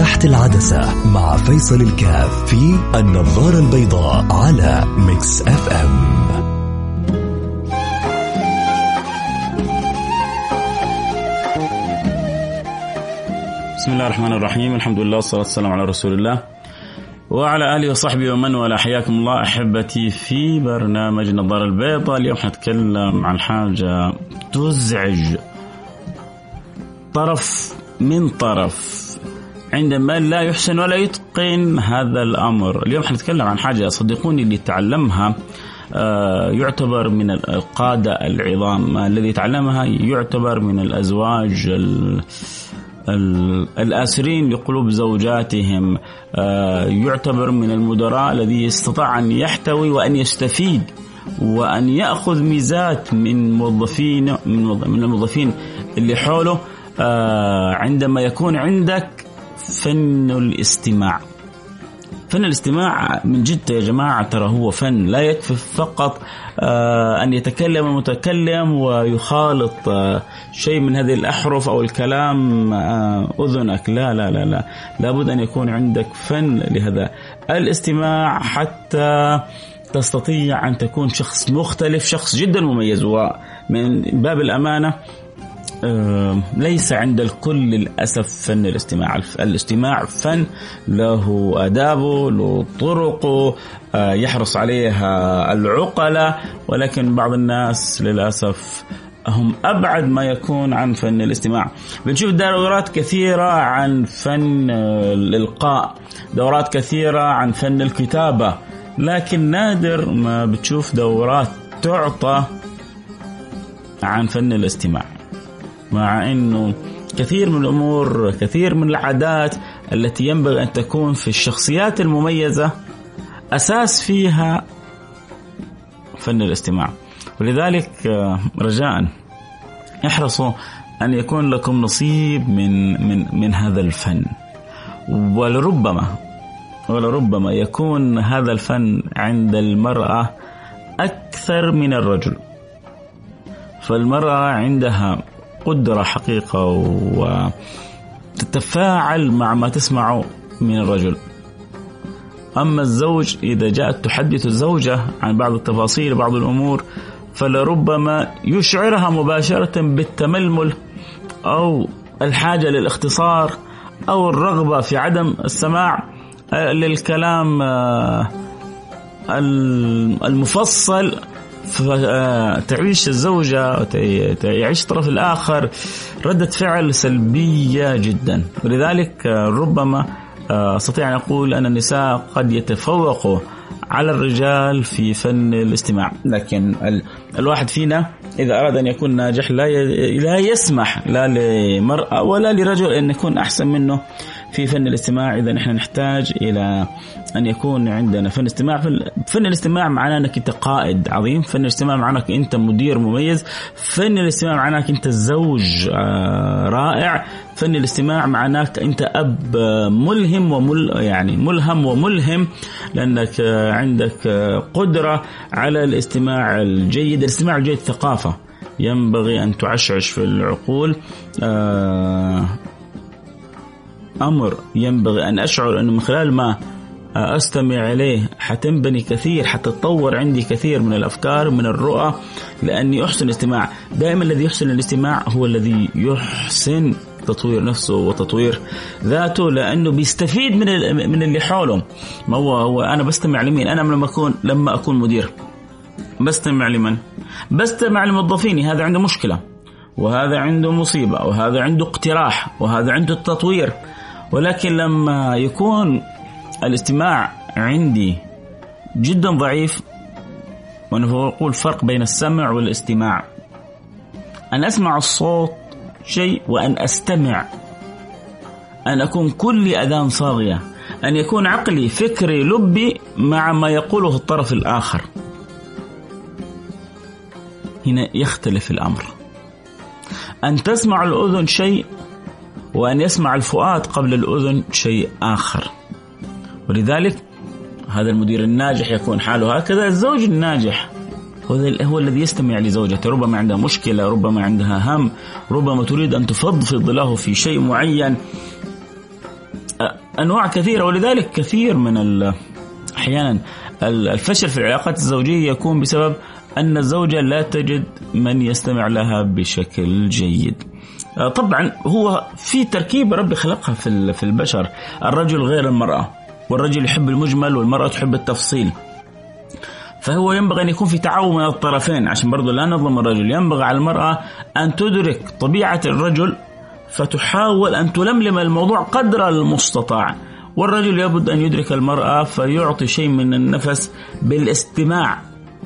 تحت العدسة مع فيصل الكاف في النظارة البيضاء على ميكس اف ام. بسم الله الرحمن الرحيم. الحمد لله والصلاة والسلام على رسول الله وعلى آله وصحبه ومن والاه. حياكم الله أحبتي في برنامج النظارة البيضاء. اليوم حنتكلم عن حاجة تزعج طرف من طرف عندما لا يحسن ولا يتقن هذا الأمر. اليوم حنتكلم عن حاجة صدقوني اللي تعلمها يعتبر من القادة العظام، الذي تعلمها يعتبر من الأزواج الآسرين لقلوب زوجاتهم، يعتبر من المدراء الذي استطاع أن يحتوي وأن يستفيد وأن يأخذ ميزات من الموظفين اللي حوله. عندما يكون عندك فن الاستماع. فن الاستماع من جد يا جماعة ترى هو فن، لا يكفي فقط أن يتكلم المتكلم ويخالط شيء من هذه الأحرف أو الكلام أذنك. لا لا لا لا، لابد أن يكون عندك فن لهذا الاستماع حتى تستطيع أن تكون شخص مختلف، شخص جدا مميز. ومن باب الأمانة ليس عند الكل للأسف فن الاستماع. الاستماع فن له آدابه، له طرقه، يحرص عليها العقلاء، ولكن بعض الناس للأسف هم أبعد ما يكون عن فن الاستماع. بنشوف دورات كثيرة عن فن الإلقاء، دورات كثيرة عن فن الكتابة، لكن نادر ما بتشوف دورات تعطى عن فن الاستماع. مع أنه كثير من الأمور، كثير من العادات التي ينبغي أن تكون في الشخصيات المميزة أساس فيها فن الاستماع. ولذلك رجاء احرصوا أن يكون لكم نصيب من هذا الفن. ولربما يكون هذا الفن عند المرأة أكثر من الرجل. فالمرأة عندها قدرة حقيقة وتتفاعل مع ما تسمع من الرجل. أما الزوج إذا جاءت تحدث الزوجة عن بعض التفاصيل بعض الأمور فلربما يشعرها مباشرة بالتململ أو الحاجة للاختصار أو الرغبة في عدم السماع للكلام المفصل، فتعيش الزوجة تعيش الطرف الآخر ردة فعل سلبية جدا. ولذلك ربما أستطيع أن أقول أن النساء قد يتفوقوا على الرجال في فن الاستماع، لكن الواحد فينا إذا أراد أن يكون ناجح لا يسمح لا لمرأة ولا لرجل أن يكون أحسن منه في فن الاستماع. إذا نحن نحتاج إلى أن يكون عندنا فن استماع. فن الاستماع معناه أنك أنت قائد عظيم، فن الاستماع معناه أنت مدير مميز، فن الاستماع معناه أنت زوج رائع، فن الاستماع معناه أنت أب ملهم ملهم وملهم، لأنك عندك قدرة على الاستماع الجيد. الاستماع الجيد ثقافة ينبغي أن تعشعش في العقول، أمر ينبغي أن أشعر أنه من خلال ما أستمع عليه حتنبني كثير، حتتطور عندي كثير من الأفكار من الرؤى، لأني أحسن الاستماع. دائما الذي يحسن الاستماع هو الذي يحسن تطوير نفسه وتطوير ذاته، لأنه بيستفيد من اللي حوله. ما هو أنا بستمع لمين؟ أنا لما أكون مدير بستمع لمن؟ بستمع لموظفيني. هذا عنده مشكلة، وهذا عنده مصيبة، وهذا عنده اقتراح، وهذا عنده التطوير. ولكن لما يكون الاستماع عندي جدا ضعيف، وأنا أقول فرق بين السمع والاستماع. أن أسمع الصوت شيء، وأن أستمع أن أكون كل أذان صاغية، أن يكون عقلي فكري لبي مع ما يقوله الطرف الآخر. هنا يختلف الأمر. أن تسمع الأذن شيء، وأن يسمع الفؤاد قبل الأذن شيء آخر. ولذلك هذا المدير الناجح يكون حاله هكذا. الزوج الناجح هو الذي يستمع لزوجته، ربما عندها مشكلة، ربما عندها هم، ربما تريد أن تفضفض له في شيء معين، أنواع كثيرة. ولذلك كثير من أحيانا الفشل في العلاقات الزوجية يكون بسبب أن الزوجة لا تجد من يستمع لها بشكل جيد. طبعا هو في تركيب ربي خلقها في البشر، الرجل غير المرأة، والرجل يحب المجمل والمرأة تحب التفصيل، فهو ينبغي أن يكون في تعاون من الطرفين عشان برضو لا نظلم الرجل. ينبغي على المرأة أن تدرك طبيعة الرجل فتحاول أن تلملم الموضوع قدر المستطاع، والرجل يبد أن يدرك المرأة فيعطي شيء من النفس بالاستماع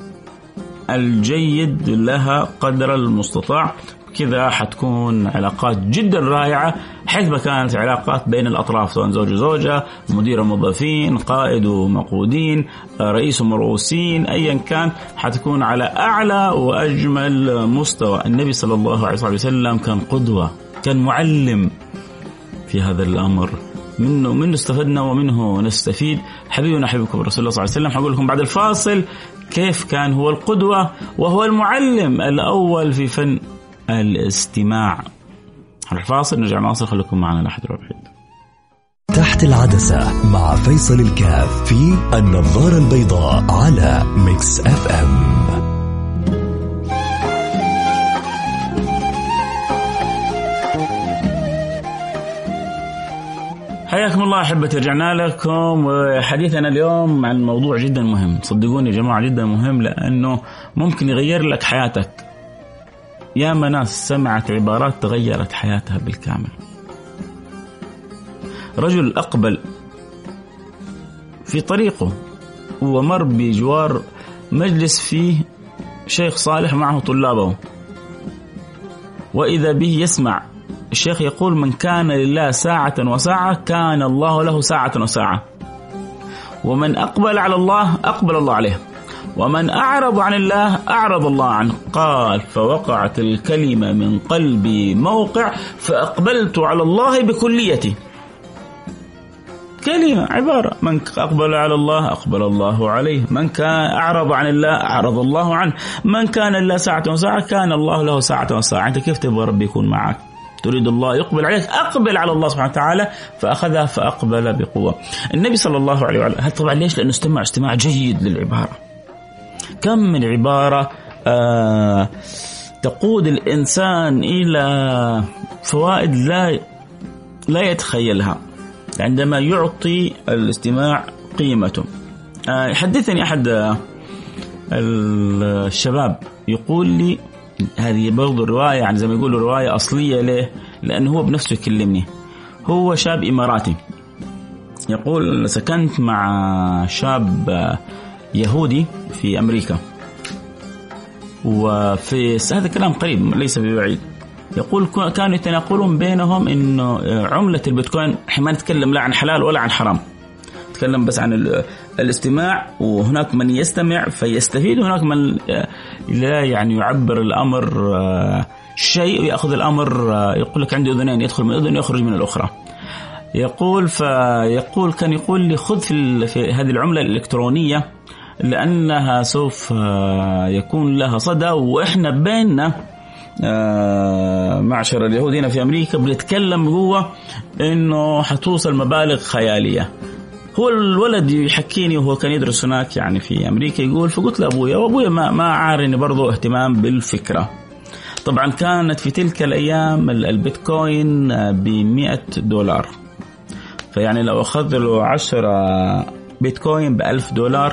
الجيد لها قدر المستطاع. كذا حتكون علاقات جدا رائعة حيث ما كانت علاقات بين الأطراف، سواء زوج وزوجة، مدير وموظفين، قائد ومقودين، رئيس ومرؤوسين، أيا كان حتكون على أعلى وأجمل مستوى. النبي صلى الله عليه وسلم كان قدوة، كان معلم في هذا الأمر، منه استفدنا ومنه نستفيد. حبيبنا حبيبكم رسول الله صلى الله عليه وسلم. حقول لكم بعد الفاصل كيف كان هو القدوة وهو المعلم الأول في فن الاستماع. الفاصل نرجع نواصل، خليكم معنا لحد الوحيد. تحت العدسة مع فيصل الكاف في النظارة البيضاء على ميكس اف ام. حياكم الله أحبتي، رجعنا لكم وحديثنا اليوم عن موضوع جدا مهم. صدقوني يا جماعة جدا مهم، لأنه ممكن يغير لك حياتك. يا ناس سمعت عبارات تغيرت حياتها بالكامل. رجل أقبل في طريقه ومر بجوار مجلس فيه شيخ صالح معه طلابه، وإذا به يسمع الشيخ يقول: من كان لله ساعة وساعة كان الله له ساعة وساعة، ومن أقبل على الله أقبل الله عليه، ومن أعرض عن الله أعرض الله عنه. قال: فوقعت الكلمة من قلبي موقع فأقبلت على الله بكليتي. كلمة، عبارة: من أقبل على الله أقبل الله عليه، من كان أعرض عن الله أعرض الله عنه، من كان لله ساعة وساعة كان الله له ساعة وساعة. أنت كيف تبغى ربي يكون معك؟ تريد الله يقبل عليك، أقبل على الله سبحانه وتعالى. فأخذها فأقبل بقوة. النبي صلى الله عليه وسلم هذا طبعا ليش؟ لأنه استماع جيد للعبارة. كم من عبارة تقود الإنسان إلى فوائد لا يتخيلها عندما يعطي الاستماع قيمته. حدثني أحد الشباب يقول لي، هذه برضو رواية يعني زي ما يقولوا رواية أصلية له، لأنه هو بنفسه يكلمني. هو شاب إماراتي يقول: سكنت مع شاب يهودي في أمريكا، وفي هذا كلام قريب ليس ببعيد. يقول كانوا يتناقلون بينهم إنه عملة البيتكوين، ما نتكلم لا عن حلال ولا عن حرام، نتكلم بس عن الاستماع. وهناك من يستمع فيستفيد، وهناك من لا يعني يعبر الأمر شيء ويأخذ الأمر، يقول لك عندي أذنين، يدخل من أذن يخرج من الأخرى. يقول كان يقول لي: خذ في هذه العملة الإلكترونية لأنها سوف يكون لها صدى، وإحنا بيننا معشر اليهودين في أمريكا بنتكلم جوا إنه حتوصل مبالغ خيالية. هو الولد يحكيني وهو كان يدرس هناك يعني في أمريكا، يقول: فقلت لأبويا، وأبويا ما عارني برضو اهتمام بالفكرة. طبعا كانت في تلك الأيام البيتكوين $100، فيعني لو أخذ له 10 بيتكوين $1000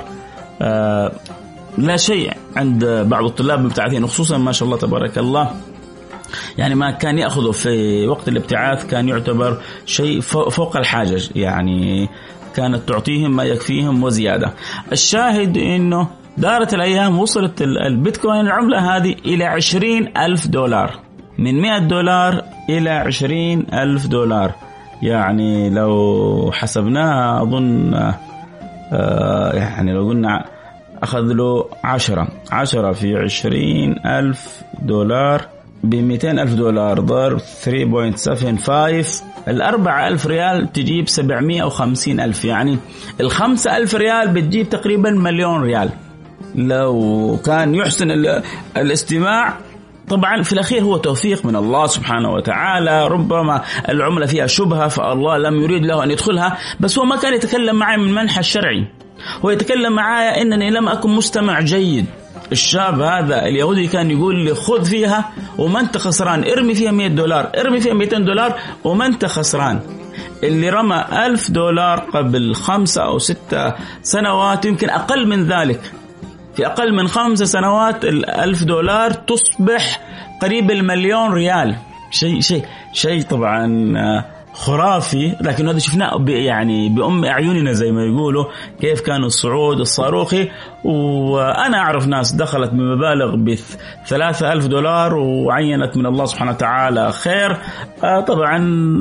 لا شيء عند بعض الطلاب المبتعثين، وخصوصا ما شاء الله تبارك الله يعني ما كان يأخذه في وقت الابتعاث كان يعتبر شيء فوق الحاجز، يعني كانت تعطيهم ما يكفيهم وزيادة. الشاهد إنه دارت الأيام، وصلت البيتكوين العملة هذه إلى $20,000، من $100 إلى $20,000. يعني لو حسبناها أظن يعني لو قلنا أخذ له 10 في $20,000 $200,000 ضرب 3.75، 4,000 ريال تجيب 750,000. يعني 5,000 ريال بتجيب تقريبا $1,000,000. لو كان يحسن الاستماع طبعا في الأخير هو توفيق من الله سبحانه وتعالى، ربما العملة فيها شبهة فالله لم يريد له أن يدخلها، بس هو ما كان يتكلم معي من منحى الشرعي، هو يتكلم معي إنني لم أكن مستمع جيد. الشاب هذا اليهودي كان يقول لي خذ فيها وما أنت خسران، ارمي فيها $100، ارمي فيها $200 وما أنت خسران. اللي رمى $1000 قبل 5 أو 6 سنوات، يمكن أقل من ذلك، في أقل من 5 سنوات $1000 تصبح قريب $1,000,000. شيء طبعا خرافي، لكن هذا شفناه يعني بأم أعيننا زي ما يقولوا، كيف كان الصعود الصاروخي. وأنا أعرف ناس دخلت بمبالغ $3,000 وعينت من الله سبحانه وتعالى خير. طبعا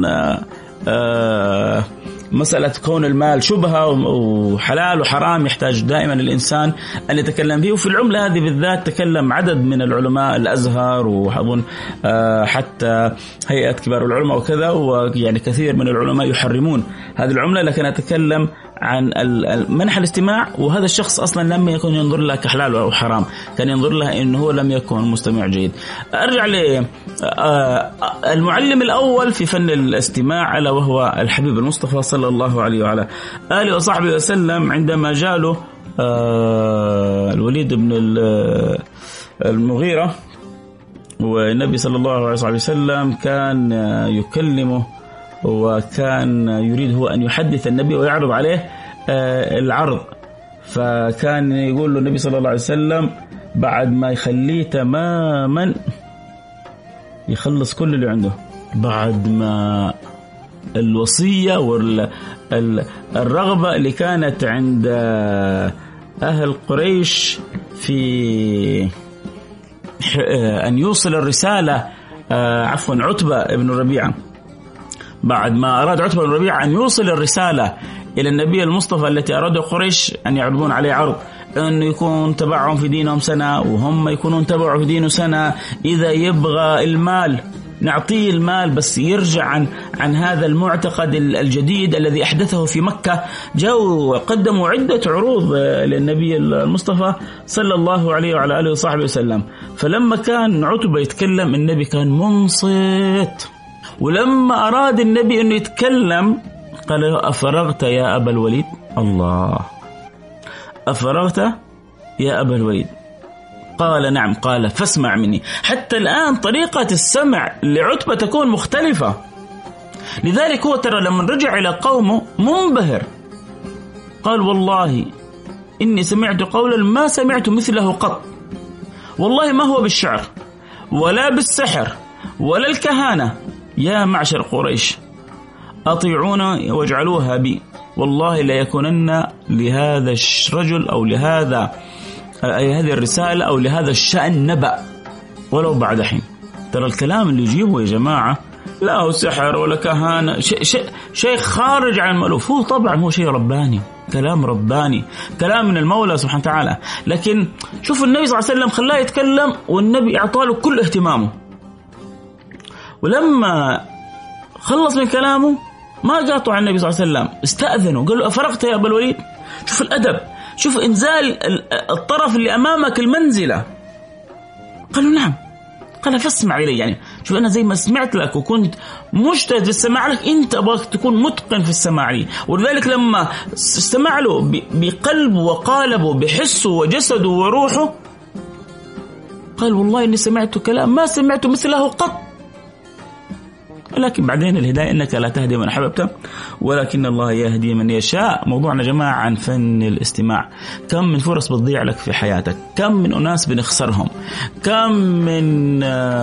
مسألة كون المال شبهة وحلال وحرام يحتاج دائما الإنسان أن يتكلم فيه. وفي العملة هذه بالذات تكلم عدد من العلماء، الأزهر وأظن حتى هيئة كبار العلماء وكذا، ويعني كثير من العلماء يحرمون هذه العملة، لكن أتكلم عن منح الاستماع. وهذا الشخص أصلا لم يكن ينظر له كحلال أو حرام، كان ينظر له إنه هو لم يكن مستمع جيد. أرجع للمعلم الأول في فن الاستماع، ألا وهو الحبيب المصطفى صلى الله عليه وعلى آله وصحبه وسلم. عندما جاله الوليد بن المغيرة، والنبي صلى الله عليه وسلم كان يكلمه، وكان يريد هو أن يحدث النبي ويعرض عليه العرض. فكان يقول له النبي صلى الله عليه وسلم بعد ما يخليه تماما يخلص كل اللي عنده، بعد ما الوصية والرغبة اللي كانت عند أهل قريش في أن يوصل الرسالة، عتبة ابن الربيعة، بعد ما أراد عتبة بن ربيعة أن يوصل الرسالة إلى النبي المصطفى التي أراد قريش أن يعرضون عليه عرض، أنه يكون تبعهم في دينهم سنة وهم يكونون تبعوا في دينه سنة، إذا يبغى المال نعطيه المال بس يرجع عن هذا المعتقد الجديد الذي أحدثه في مكة. جاءوا قدموا عدة عروض للنبي المصطفى صلى الله عليه وعلى آله وصحبه وسلم. فلما كان عتبة يتكلم النبي كان منصت، ولما أراد النبي أن يتكلم قال له أفرغت يا أبا الوليد؟ الله، أفرغت يا أبا الوليد؟ قال نعم. قال فاسمع مني. حتى الآن طريقة السمع لعتبة تكون مختلفة، لذلك هو ترى لما رجع إلى قومه منبهر، قال والله إني سمعت قولا ما سمعت مثله قط، والله ما هو بالشعر ولا بالسحر ولا الكهانة، يا معشر قريش أطيعونا واجعلوها بي، والله لا يكونن لهذا الرجل أو لهذه الرسالة أو لهذا الشأن نبأ ولو بعد حين. ترى الكلام اللي يجيبه يا جماعة لا هو سحر ولا كهانة، شيء خارج عن المألوف، هو طبعا هو شيء رباني، كلام رباني، كلام من المولى سبحانه وتعالى. لكن شوف النبي صلى الله عليه وسلم خلاه يتكلم، والنبي أعطاه كل اهتمامه، ولما خلص من كلامه ما قاطع النبي صلى الله عليه وسلم، استأذنه قال له أفرغت يا أبا الوليد؟ شوف الأدب، شوف إنزال الطرف اللي أمامك المنزلة. قالوا نعم. قال فاسمع إلي، يعني شوف أنا زي ما سمعت لك وكنت مجتهد في السماع لك، أنت أبغاك تكون متقن في السماع لي. ولذلك لما استمع له بقلبه وقالبه بحسه وجسده وروحه قال والله إني سمعت كلام ما سمعت مثله قط. لكن بعدين الهداية إنك لا تهدي من أحببت ولكن الله يهدي من يشاء. موضوعنا جماعة عن فن الاستماع. كم من فرص بتضيع لك في حياتك، كم من أناس بنخسرهم، كم من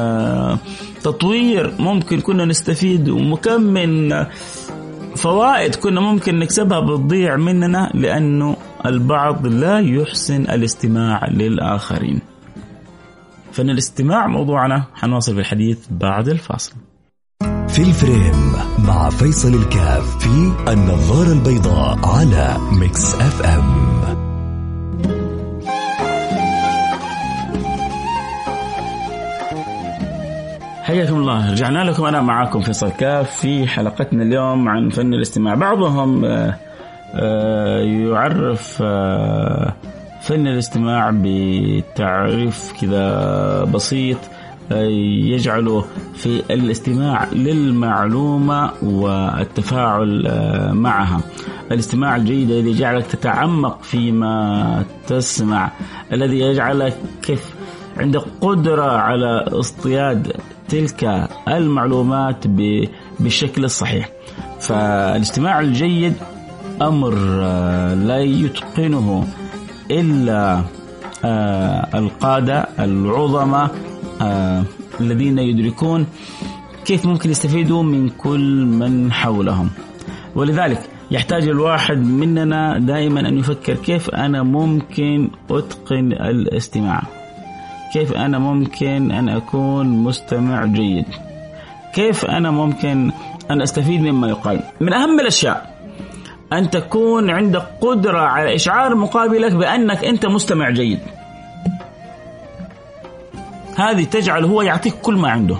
تطوير ممكن كنا نستفيد، وكم من فوائد كنا ممكن نكسبها بتضيع مننا لأنه البعض لا يحسن الاستماع للآخرين. فن الاستماع موضوعنا، حنواصل في الحديث بعد الفاصل. في الفريم مع فيصل الكاف في النظارة البيضاء على ميكس اف ام. حياكم الله، رجعنا لكم. أنا معاكم فيصل الكاف في حلقتنا اليوم عن فن الاستماع. بعضهم يعرف فن الاستماع بتعريف كذا بسيط، يجعله في الاستماع للمعلومة والتفاعل معها. الاستماع الجيد الذي يجعلك تتعمق فيما تسمع، الذي يجعلك كيف عندك قدرة على اصطياد تلك المعلومات بالشكل الصحيح. فالاستماع الجيد أمر لا يتقنه إلا القادة العظماء الذين يدركون كيف ممكن يستفيدوا من كل من حولهم. ولذلك يحتاج الواحد مننا دائما أن يفكر كيف أنا ممكن أتقن الاستماع، كيف أنا ممكن أن أكون مستمع جيد، كيف أنا ممكن أن أستفيد مما يقال. من أهم الأشياء أن تكون عندك قدرة على إشعار مقابلك بأنك أنت مستمع جيد. هذه تجعل هو يعطيك كل ما عنده.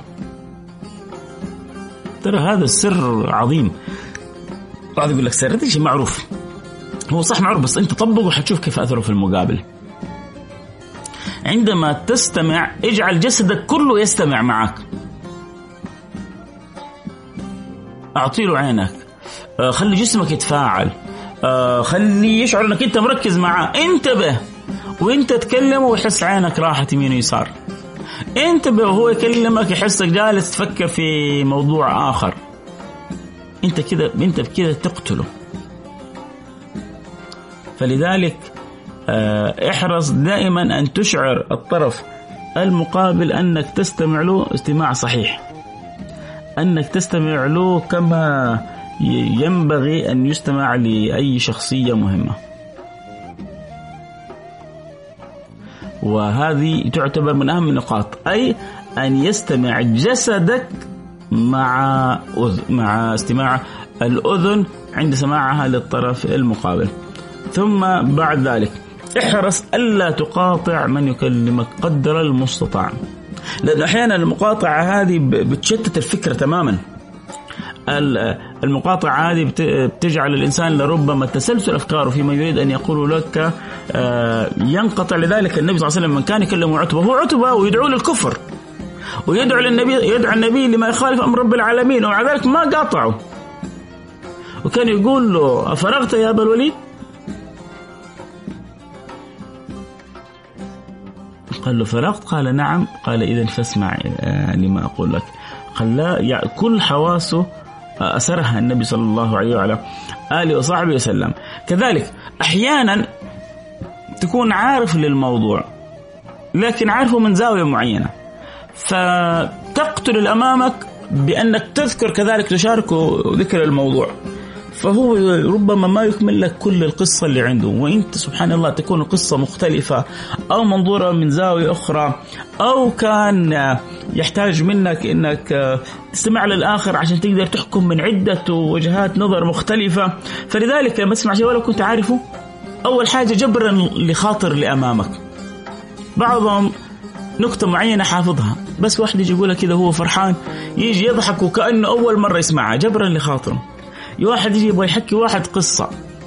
ترى هذا السر عظيم. بعض يقول لك سر، هذا شيء معروف، هو صح معروف، بس أنت طبقه وحتشوف كيف أثره في المقابل. عندما تستمع اجعل جسدك كله يستمع معك. أعطيله عينك، خلي جسمك يتفاعل، خلي يشعر أنك أنت مركز معه. انتبه وانت تكلمه ويحس عينك راحت يمين ويسار. انتبه وهو يكلمك يحسك جالس تفكر في موضوع آخر. انت بكذا تقتله. فلذلك احرص دائما أن تشعر الطرف المقابل أنك تستمع له استماع صحيح، أنك تستمع له كما ينبغي أن يستمع لأي شخصية مهمة. وهذه تعتبر من أهم النقاط، أي أن يستمع جسدك مع استماع الأذن عند سماعها للطرف المقابل. ثم بعد ذلك احرص ألا تقاطع من يكلمك قدر المستطاع، لأن أحيانا المقاطعة هذه بتشتت الفكرة تماما. المقاطعة هذه بتجعل الإنسان لربما تسلسل أفكاره فيما يريد أن يقول لك ينقطع. لذلك النبي صلى الله عليه وسلم من كان يكلم عتبة، هو عتبة ويدعو للكفر ويدعو النبي لما يخالف أمر رب العالمين، ومع ذلك ما قاطعه، وكان يقول له أفرغت يا أبا الوليد؟ قال له فرغت؟ قال نعم. قال إذن فاسمع لما أقول لك. قال كل حواسه أسرها النبي صلى الله عليه وعلى آله وصحبه وسلم. كذلك أحيانا تكون عارف للموضوع لكن عارفه من زاوية معينة، فتقتل الأمامك بأنك تذكر كذلك تشاركه ذكر الموضوع، فهو ربما ما يكمل لك كل القصة اللي عنده، وإنت سبحان الله تكون القصة مختلفة أو منظورة من زاوية أخرى، أو كان يحتاج منك إنك تستمع للآخر عشان تقدر تحكم من عدة وجهات نظر مختلفة. فلذلك لما تسمع شيء ولو كنت عارفه، أول حاجة جبرا لخاطر لأمامك. بعضهم نكتة معينة حافظها، بس واحد يجي يقولها كذا هو فرحان، يجي يضحك وكأنه أول مرة يسمعها جبرا لخاطره. واحد يجي يبغى يحكي واحد قصة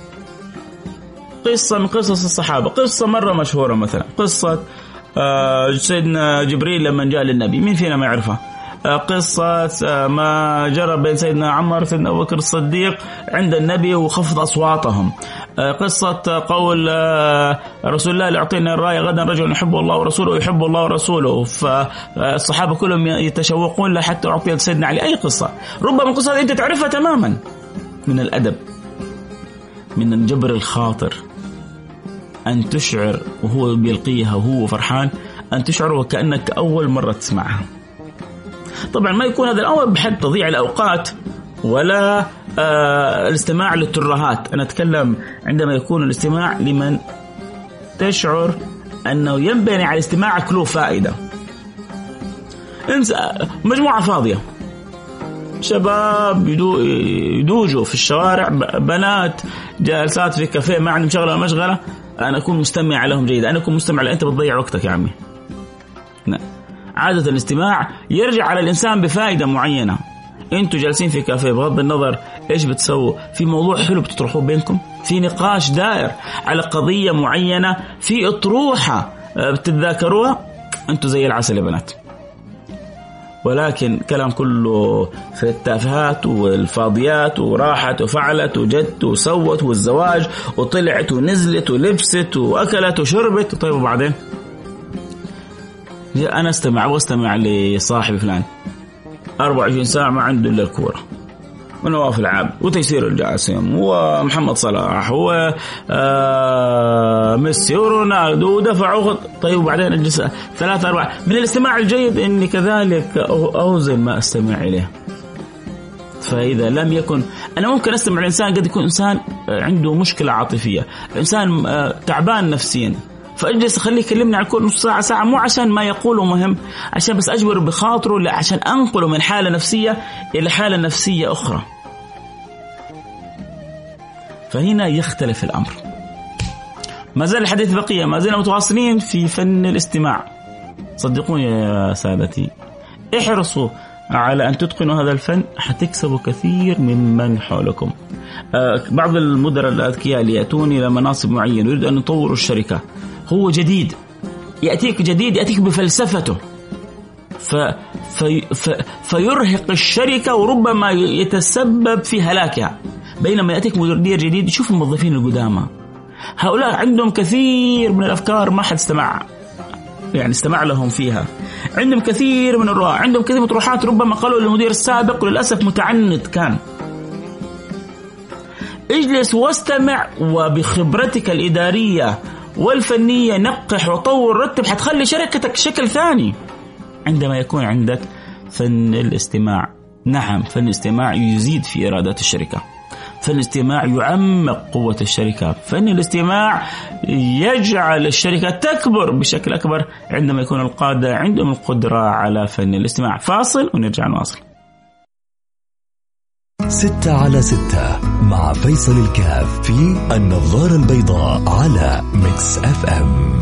من قصص الصحابة، قصة مرة مشهورة، مثلا قصة سيدنا جبريل لما جاء للنبي، مين فينا ما يعرفها؟ قصة ما جرى بين سيدنا عمر وسيدنا أبو بكر الصديق عند النبي وخفض أصواتهم، قصة قول رسول الله لأعطينا الراية غدا رجل يحب الله ورسوله يحب الله ورسوله، فالصحابة كلهم يتشوقون له حتى أعطي سيدنا علي. أي قصة ربما قصة أنت تعرفها تماما. من الأدب، من جبر الخاطر، أن تشعر وهو بيلقيها وهو فرحان، أن تشعر وكأنك أول مرة تسمعها. طبعا ما يكون هذا الأمر بحد تضيع الأوقات ولا الاستماع للترهات. أنا أتكلم عندما يكون الاستماع لمن تشعر أنه ينبني على استماعك له فائدة. مجموعة فاضية، شباب يدوجوا في الشوارع، بنات جالسات في كافيه ما عندهم شغلة مشغلة، أنا أكون مستمع لهم جيد. أنا أكون مستمع، أنت بتضيع وقتك يا عمي. عادة الاستماع يرجع على الإنسان بفائدة معينة. أنتوا جالسين في كافيه، بغض النظر إيش بتسووا، في موضوع حلو بتطرحوه بينكم، في نقاش دائر على قضية معينة، في أطروحة بتتذاكروها، أنتوا زي العسل يا بنات. ولكن كلام كله في التافهات والفاضيات، وراحت وفعلت وجدت وسوت والزواج وطلعت ونزلت ولبست وأكلت وشربت. طيب وبعدين أنا واستمع لصاحبي فلان 24 ساعة ما عنده إلا الكورة ونواف العابد وتيسير الجاسم ومحمد صلاح وميسي ورونالدو ودفعوا. طيب وبعدين أجلس 3-4 من الاستماع الجيد إني كذلك أوزن ما أستمع إليه. فإذا لم يكن، أنا ممكن أستمع لإنسان قد يكون إنسان عنده مشكلة عاطفية، إنسان تعبان نفسيا، فأجلس أخليه يكلمني على كل نص ساعة ساعة، مو عشان ما يقوله مهم، عشان بس أجبر بخاطره، لا عشان أنقله من حالة نفسية إلى حالة نفسية أخرى. فهنا يختلف الأمر. ما زال الحديث بقية، ما زلنا متواصلين في فن الاستماع. صدقوني يا سادتي، احرصوا على أن تتقنوا هذا الفن، حتكسبوا كثير ممن حولكم. بعض المدراء الأذكياء اللي يأتون إلى مناصب معينة يريد أن يطوروا الشركة، هو جديد، يأتيك بفلسفته فيرهق الشركة وربما يتسبب في هلاكها. بينما يأتيك مدير جديد، شوف الموظفين القدامى هؤلاء عندهم كثير من الأفكار ما حد استمع لهم فيها، عندهم كثير من الرؤى، عندهم كثير من طروحات ربما قالوا للمدير السابق وللأسف متعنت كان. اجلس واستمع، وبخبرتك الإدارية والفنية نقح وطور رتب، حتخلي شركتك شكل ثاني عندما يكون عندك فن الاستماع. نعم، فن الاستماع يزيد في إرادات الشركة، فن الاستماع يعمق قوة الشركة، فن الاستماع يجعل الشركة تكبر بشكل أكبر عندما يكون القادة عندهم القدرة على فن الاستماع. فاصل ونرجع نواصل. 6 على 6 مع فيصل الكاف في النظارة البيضاء على ميكس اف ام.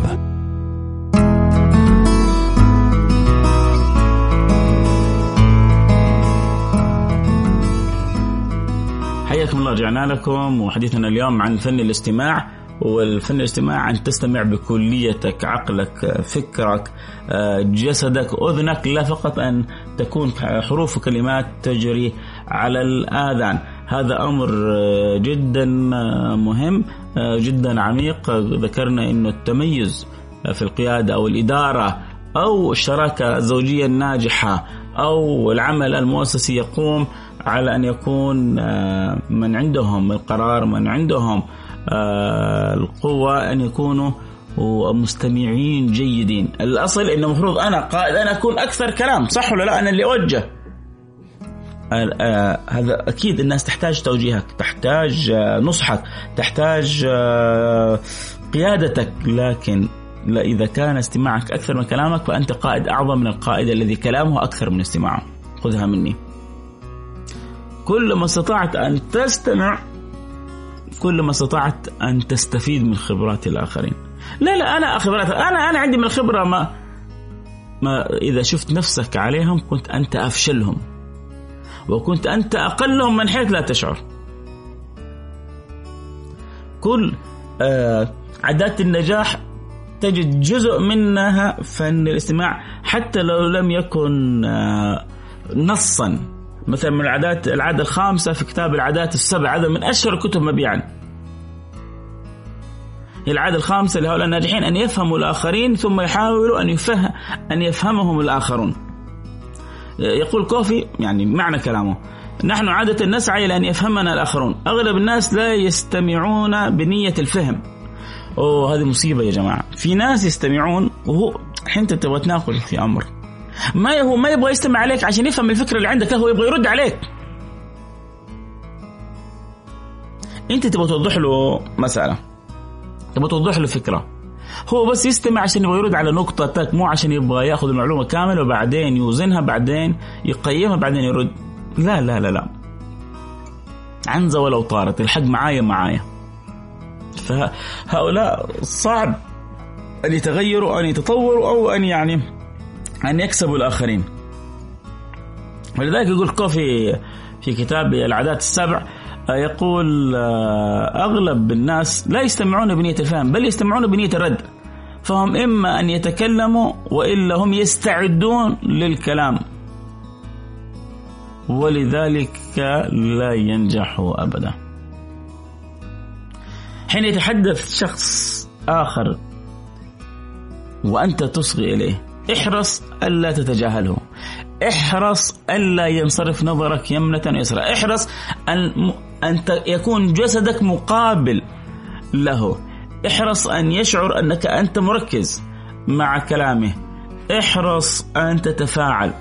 حياكم الله، رجعنا لكم وحديثنا اليوم عن فن الاستماع. والفن الاستماع أن تستمع بكليتك، عقلك، فكرك، جسدك، أذنك، لا فقط أن تكون حروف وكلمات تجري على الآذان. هذا أمر جدا مهم، جدا عميق. ذكرنا أنه التميز في القيادة أو الإدارة أو الشراكة الزوجية الناجحة أو العمل المؤسسي يقوم على أن يكون من عندهم القرار، من عندهم القوة، أن يكونوا مستمعين جيدين. الأصل إنه مفروض أنا قائد، أنا أكون أكثر كلام، صح ولا لا؟ أنا اللي أوجه. هذا أكيد الناس تحتاج توجيهك، تحتاج نصحك، تحتاج قيادتك، لكن لا، إذا كان استماعك أكثر من كلامك فأنت قائد أعظم من القائد الذي كلامه أكثر من استماعه. خذها مني، كل ما استطعت أن تستمع كل ما استطعت أن تستفيد من خبرات الآخرين. لا أنا خبرات، أنا عندي من الخبرة ما إذا شفت نفسك عليهم كنت أنت أفشلهم، وكنت أنت أقلهم من حيث لا تشعر. كل عادات النجاح تجد جزء منها فن الاستماع، حتى لو لم يكن نصا. مثلا من العادة الخامسة في كتاب العادات السبع، هذا من أشهر الكتب مبيعا. العادة الخامسة لهؤلاء الناجحين أن يفهموا الآخرين ثم يحاولوا أن يفهمهم الآخرون. يقول كوفي، يعني معنى كلامه، نحن عادة نسعى إلى أن يفهمنا الآخرون، أغلب الناس لا يستمعون بنية الفهم. هذه مصيبة يا جماعة. في ناس يستمعون وهو حين تبغى تناقش في أمر، هو ما يبغى يستمع عليك عشان يفهم الفكرة اللي عندك، هو يبغى يرد عليك. أنت تبغى توضح له مسألة، تبغى توضح له فكرة، هو بس يستمع عشان يبغى يرد على نقطتك، مو عشان يبغى يأخذ المعلومة كاملة وبعدين يوزنها، بعدين يقيمها، بعدين يرد. لا لا لا لا، عنزة ولو طارت، الحق معايا. فهؤلاء صعب أن يتغيروا، أن يتطوروا، أو أن يكسبوا الآخرين. ولذلك يقول كوفي في كتاب العادات السبع، يقول أغلب الناس لا يستمعون بنية الفهم، بل يستمعون بنية الرد. فهم إما أن يتكلموا وإلا هم يستعدون للكلام. ولذلك لا ينجح أبدا. حين يتحدث شخص آخر وأنت تصغي إليه احرص ألا تتجاهله، احرص ألا ينصرف نظرك يمنة ويسرى، احرص أن يكون جسدك مقابل له، احرص أن يشعر أنك أنت مركز مع كلامه، احرص أن تتفاعل.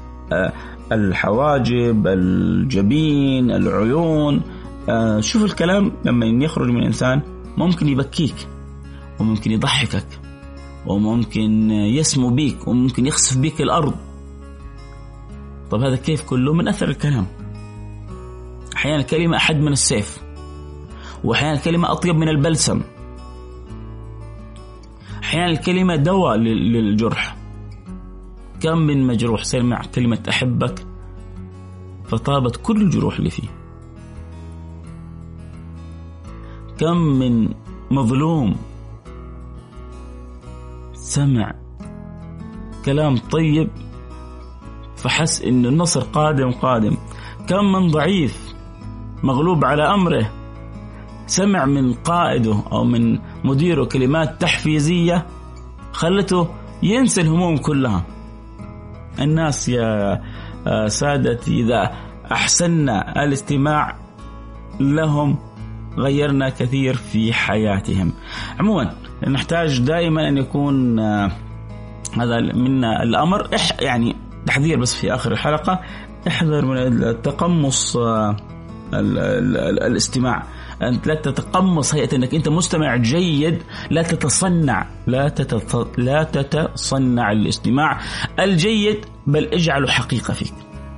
الحواجب، الجبين، العيون، شوف الكلام لما يخرج من إنسان ممكن يبكيك وممكن يضحكك وممكن يسمو بيك وممكن يخسف بيك الأرض. طب هذا كيف؟ كله من أثر الكلام. أحيانا الكلمة أحد من السيف، وأحيانا الكلمة أطيب من البلسم، أحيانا الكلمة دواء للجرح. كم من مجروح سمع كلمة أحبك فطابت كل الجروح اللي فيه. كم من مظلوم سمع كلام طيب فحس إن النصر قادم. كم من ضعيف مغلوب على أمره سمع من قائده أو من مديره كلمات تحفيزية خلته ينسى الهموم كلها. الناس يا سادتي إذا أحسننا الاستماع لهم غيرنا كثير في حياتهم. عموما نحتاج دائما أن يكون هذا منا الأمر. يعني تحذير بس في آخر الحلقة، احذر من التقمص الاستماع. أنت لا تتقمص هيئة أنك أنت مستمع جيد، لا تتصنع الاستماع الجيد، بل اجعله حقيقة فيك.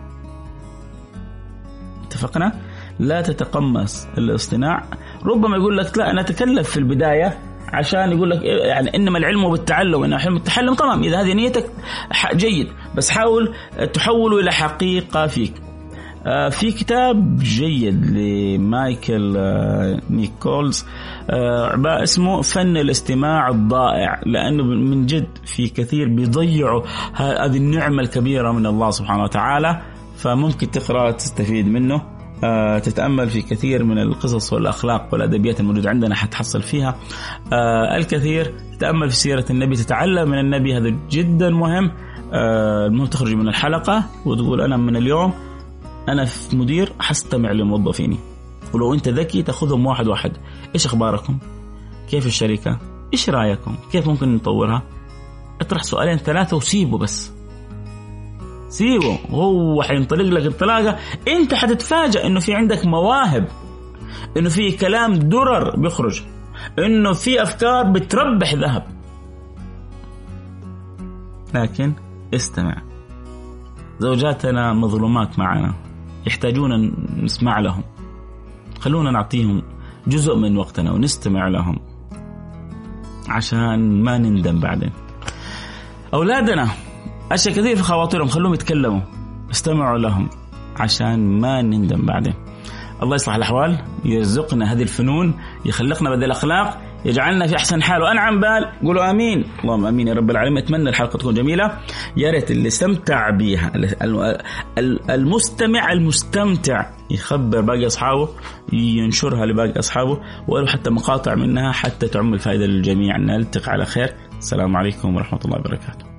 اتفقنا؟ لا تتقمص الاصطناع. ربما يقول لك لا أنا أتكلف في البداية عشان يقول لك يعني إنما العلم بالتعلم، إنما العلم بالتحلم. طبعا إذا هذه نيتك جيد، بس حاول تحوله إلى حقيقة فيك. في كتاب جيد لمايكل نيكولز اسمه فن الاستماع الضائع، لأنه من جد في كثير بيضيعوا هذه النعمة الكبيرة من الله سبحانه وتعالى. فممكن تقرأ تستفيد منه، تتأمل في كثير من القصص والأخلاق والأدبيات الموجودة عندنا حتحصل فيها الكثير. تتأمل في سيرة النبي، تتعلم من النبي، هذا جدا مهم. المهم تخرج من الحلقة وتقول أنا من اليوم أنا في مدير حستمع لموظفيني، ولو أنت ذكي تأخذهم واحد واحد. إيش أخباركم؟ كيف الشركة؟ إيش رأيكم؟ كيف ممكن نطورها؟ اطرح سؤالين ثلاثة وسيبه، بس سيبه هو حينطلق لك انطلاقة. أنت حتتفاجأ إنه في عندك مواهب، إنه في كلام درر بيخرج، إنه في أفكار بتربح ذهب. لكن استمع. زوجاتنا مظلومات معنا، يحتاجون نسمع لهم. خلونا نعطيهم جزء من وقتنا ونستمع لهم عشان ما نندم بعدين. أولادنا أشياء كثير في خواطرهم، خلوهم يتكلموا، استمعوا لهم عشان ما نندم بعدين. الله يصلح الأحوال، يرزقنا هذه الفنون، يخلقنا بهذه الأخلاق، يجعلنا في أحسن حال وأنعم بال. قولوا آمين. اللهم آمين يا رب العالمين. أتمنى الحلقة تكون جميلة. يا ريت اللي استمتع بها، المستمتع يخبر باقي أصحابه، ينشرها لباقي أصحابه، ولو حتى مقاطع منها حتى تعم الفائدة للجميع. نلتقي على خير. السلام عليكم ورحمة الله وبركاته.